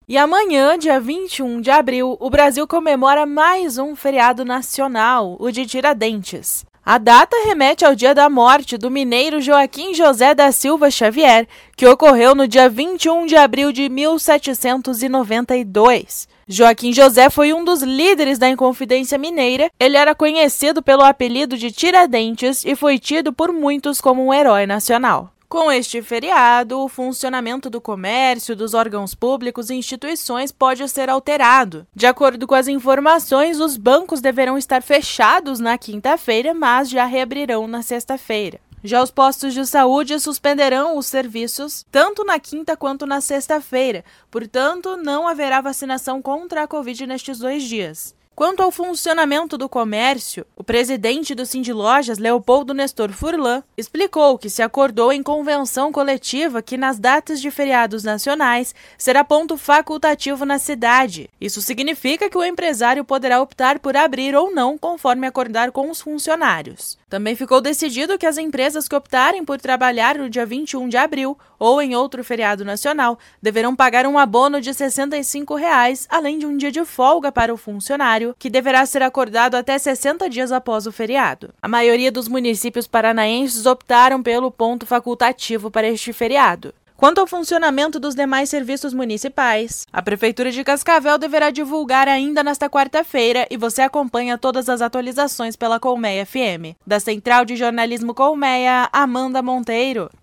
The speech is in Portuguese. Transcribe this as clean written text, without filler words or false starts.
E amanhã, dia 21 de abril, o Brasil comemora mais um feriado nacional, o de Tiradentes. A data remete ao dia da morte do mineiro Joaquim José da Silva Xavier, que ocorreu no dia 21 de abril de 1792. Joaquim José foi um dos líderes da Inconfidência Mineira. Ele era conhecido pelo apelido de Tiradentes e foi tido por muitos como um herói nacional. Com este feriado, o funcionamento do comércio, dos órgãos públicos e instituições pode ser alterado. De acordo com as informações, os bancos deverão estar fechados na quinta-feira, mas já reabrirão na sexta-feira. Já os postos de saúde suspenderão os serviços tanto na quinta quanto na sexta-feira, portanto, não haverá vacinação contra a Covid nestes 2 dias. Quanto ao funcionamento do comércio, o presidente do Sindlojas, Leopoldo Nestor Furlan, explicou que se acordou em convenção coletiva que nas datas de feriados nacionais será ponto facultativo na cidade. Isso significa que o empresário poderá optar por abrir ou não conforme acordar com os funcionários. Também ficou decidido que as empresas que optarem por trabalhar no dia 21 de abril ou em outro feriado nacional deverão pagar um abono de R$ 65, além de um dia de folga para o funcionário, que deverá ser acordado até 60 dias após o feriado. A maioria dos municípios paranaenses optaram pelo ponto facultativo para este feriado. Quanto ao funcionamento dos demais serviços municipais, a Prefeitura de Cascavel deverá divulgar ainda nesta quarta-feira e você acompanha todas as atualizações pela Colmeia FM. Da Central de Jornalismo Colmeia, Amanda Monteiro.